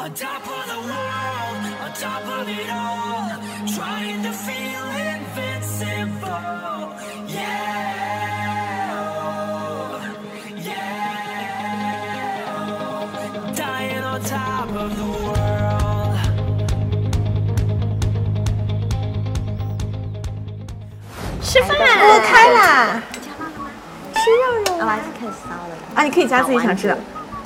On top of the world, on top of it all, trying to feel invincible. Yeah, oh, yeah, oh, dying on top of the world. 吃饭， 我开啦！ 吃肉肉，来开始烧了啊，你可以加自己想吃的。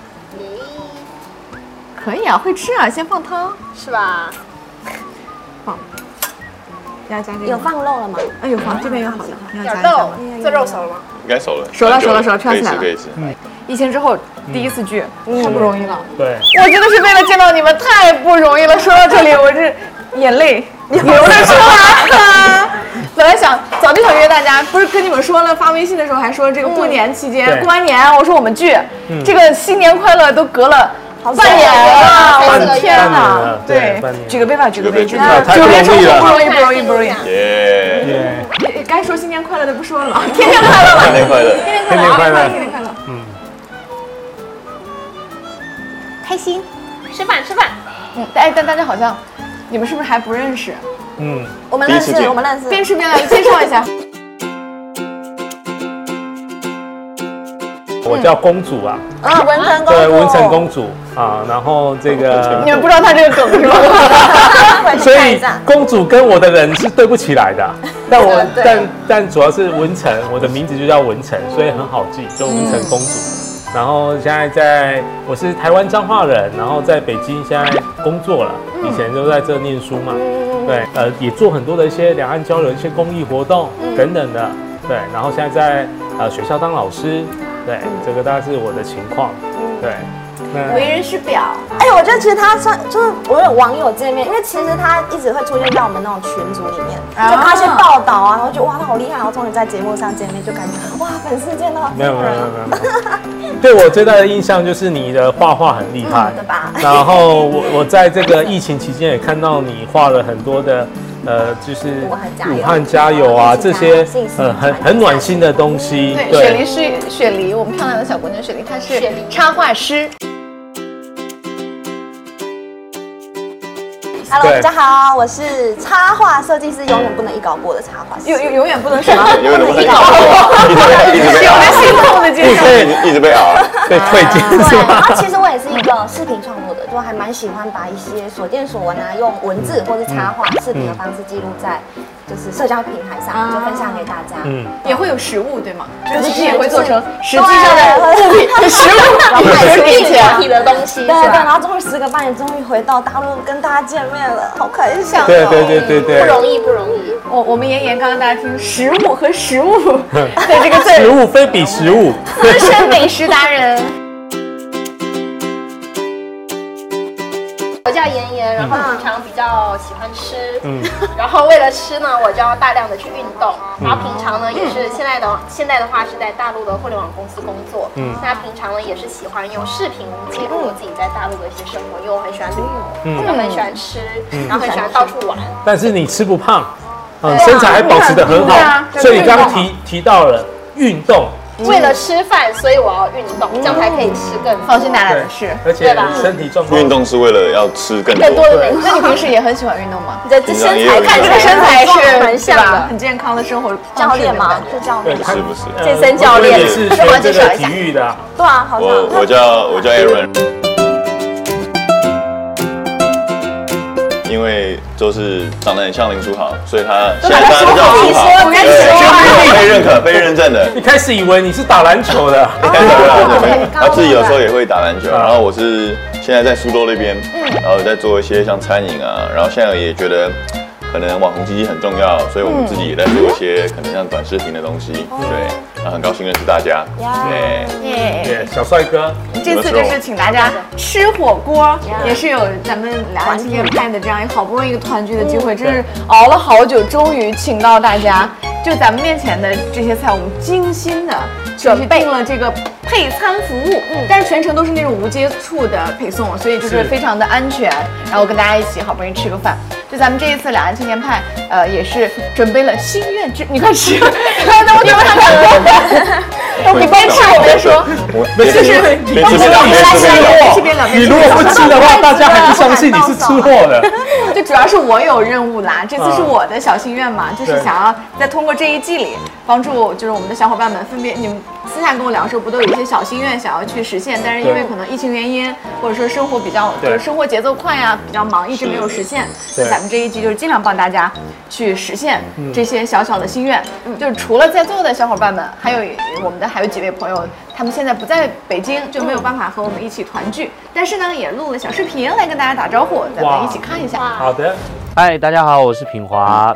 可以啊，会吃啊，先放汤是吧？ 放，要加这个有放肉了吗？ 有放，这边有好的，你要加一点肉下吗？， 这肉熟了吗？ 应该熟了， 熟了，飘起来了。 可以吃。 疫情之后第一次聚，太不容易了。 对， 我真的是为了见到你们太不容易了。说到这里，我这眼泪流了出来。本来早就想约大家，不是跟你们说了，发微信的时候还说这个过年期间， 对过完年我说我们聚，这个新年快乐都隔了。半年了，我的天哪！对，举个杯吧，举个杯，真的， 太不容易了， 不容易。 耶！ 该说新年快乐的不说了，天天快乐吧， 天天快乐， 天天快乐， 天天快乐。 开心，吃饭。 但大家好像，你们是不是还不认识？ 我们认识。 边吃边来，介绍一下。 我叫公主啊， 文成公主， 对，文成公主啊，然后这个你们不知道他这个梗是吧？ 所以公主跟我的人是对不起来的，但主要是文成，我的名字就叫文成，所以很好记，就文成公主。然后现在我是台湾彰化人，然后在北京现在工作了，以前就在这念书嘛，对，也做很多的一些两岸交流、一些公益活动等等的，对，然后现在在学校当老师，对，这个大概是我的情况，对。 为人师表。 我觉得其实他算就是我有网友见面，因为其实他一直会出现在我们那种群组里面，就看一些报道啊，然后就哇他好厉害，然后终于在节目上见面，就感觉哇粉丝见到没有。对我最大的印象就是你的画画很厉害， 对吧？ 然后我在这个疫情期间也看到你画了很多的就是武汉加油啊这些很暖心的东西。 对，雪梨是雪梨，我们漂亮的小姑娘雪梨，她是插画师。 Hello， 大家好，我是插画设计师，永远不能一稿过的插画师。 永远不能什么？ 永远不能一稿过，一直被有人心痛的接受， 一直被熬， 被推荐是吧？ 然后其实我也是一个视频创作者，就还蛮喜欢把一些所见所闻啊，用文字或是插画、视频的方式记录在就是社交平台上，就分享给大家。 也会有实物对吗？就自己也会做成实际上的物品、实物， 然后买出面前体的东西。对，然后终于10个半年，终于回到大陆跟大家见面了，好开心。 对， 不容易。 我们妍妍刚刚大家听食物和食物的这个食物非比食物， 资深美食达人。 我叫妍妍，然后平常比较喜欢吃，然后为了吃呢，我就要大量的去运动，然后平常呢也是现在的话是在大陆的互联网公司工作，那平常呢也是喜欢用视频记录我自己在大陆的一些生活，因为我很喜欢旅游，我很喜欢吃，然后很喜欢到处玩。 但是你吃不胖，身材还保持得很好，所以你刚刚提到了运动。 为了吃饭，所以我要运动，这样才可以吃更放心大胆的吃， 而且身体状况。 运动是为了要吃更多的美食。 那你平时也很喜欢运动吗？ 你的身材看这个身材是蛮像的， 很健康的生活教练嘛，是教练， 是不是？ 健身教练也是学这个体育的。 对啊，好像我叫 Aaron。因为就是长得很像林书豪，所以他现在大家都叫书豪，被认证的。 一开始以为你是打篮球的， 他自己有时候也会打篮球。然后我是现在在苏州那边，然后在做一些像餐饮啊，然后现在也觉得可能网红经济很重要，所以我们自己也在做一些可能像短视频的东西。对，然后很高兴认识大家。 对，小帅哥， 这次就是请大家吃火锅，也是有咱们两岸今天拍的这样一个好不容易一个团聚的机会，真是熬了好久，终于请到大家。就咱们面前的这些菜，我们精心的准备了这个配餐服务，但是全程都是那种无接触的配送，所以就是非常的安全。然后跟大家一起好不容易吃个饭。就咱们这一次两岸青年派，也是准备了心愿之，你快吃，我准备了你边吃我边说，就是你不是两边吃边吃，你如果不吃的话，大家还不相信你是吃货的。 就主要是我有任务啦，这次是我的小心愿嘛，就是想要再通过这一季里帮助，就是我们的小伙伴们分别，你们私下跟我聊的时候，不都有一些小心愿想要去实现，但是因为可能疫情原因，或者说生活比较就是生活节奏快呀，比较忙，一直没有实现。那咱们这一季就是尽量帮大家去实现这些小小的心愿。就是除了在座的小伙伴们，还有我们的还有几位朋友，他们现在不在北京，就没有办法和我们一起团聚，但是呢，也录了小视频来跟大家打招呼，咱们一起看一下。 好的， 嗨，大家好，我是品华。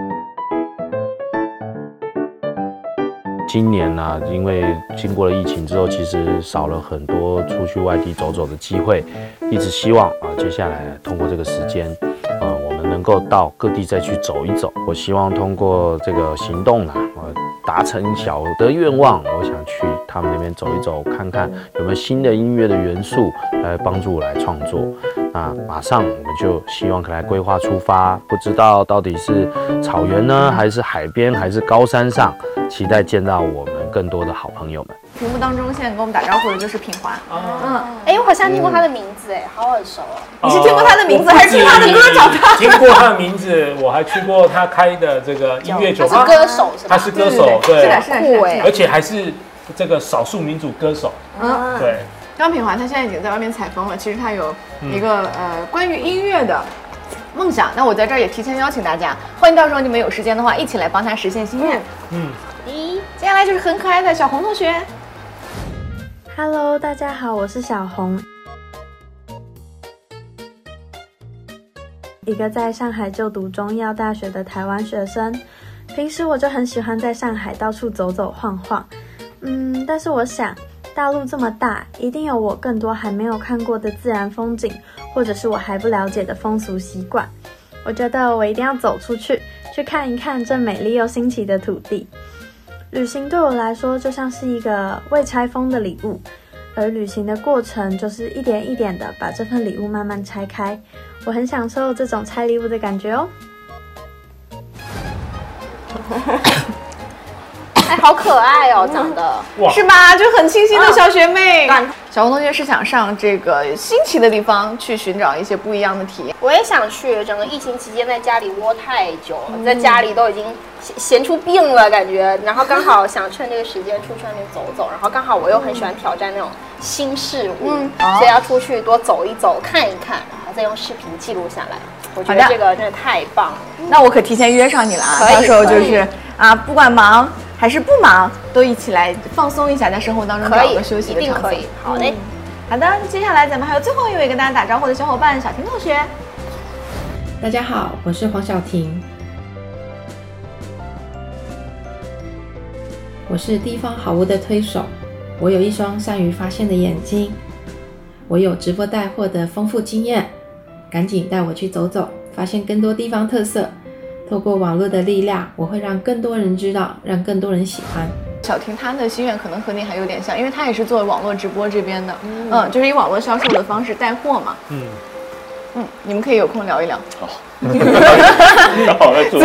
今年呢，因为经过了疫情之后，其实少了很多出去外地走走的机会，一直希望接下来通过这个时间，我们能够到各地再去走一走。我希望通过这个行动呢，达成小的愿望，我想去他们那边走一走，看看有没有新的音乐的元素来帮助我来创作。那马上我们就希望可来规划出发，不知道到底是草原呢，还是海边，还是高山上，期待见到我们更多的好朋友们。 屏幕当中现在跟我们打招呼的就是品华。 哎，我好像听过他的名字，哎，好耳熟哦。 你是听过他的名字，还是听他的歌长大？ 听过他的名字，我还去过他开的这个音乐酒吧。 他是歌手是吧？ 他是歌手，对， 是的， 而且还是这个少数民族歌手。对。 张品华他现在已经在外面采风了，其实他有一个关于音乐的梦想。那我在这儿也提前邀请大家，欢迎到时候你们有时间的话，一起来帮他实现心愿。接下来就是很可爱的小红同学。 Hello， 大家好，我是小红，一个在上海就读中医药大学的台湾学生。平时我就很喜欢在上海到处走走晃晃，但是我想大陆这么大，一定有我更多还没有看过的自然风景，或者是我还不了解的风俗习惯。我觉得我一定要走出去，去看一看这美丽又新奇的土地。旅行对我来说就像是一个未拆封的礼物，而旅行的过程就是一点一点的把这份礼物慢慢拆开。我很享受这种拆礼物的感觉哦。 哎，好可爱哦，长得是吧？就很清新的小学妹。小红同学是想上这个新奇的地方去寻找一些不一样的体验。 我也想去。整个疫情期间在家里窝太久了，在家里都已经闲出病了感觉，然后刚好想趁这个时间出去外面走走，然后刚好我又很喜欢挑战那种新事物，所以要出去多走一走，看一看，然后再用视频记录下来。我觉得这个真的太棒了。 那我可提前约上你了啊，到时候就是不管忙还是不忙，都一起来放松一下，在生活当中找个休息的场所。 一定可以。好嘞。 好的，接下来咱们还有最后一位跟大家打招呼的小伙伴小婷同学。 大家好，我是黄小婷，我是地方好物的推手，我有一双善于发现的眼睛，我有直播带货的丰富经验，赶紧带我去走走，发现更多地方特色。透过网络的力量，我会让更多人知道，让更多人喜欢。 小婷她的心愿可能和你还有点像，因为她也是做网络直播这边的，就是以网络销售的方式带货嘛。你们可以有空聊一聊。 好，刚好在做。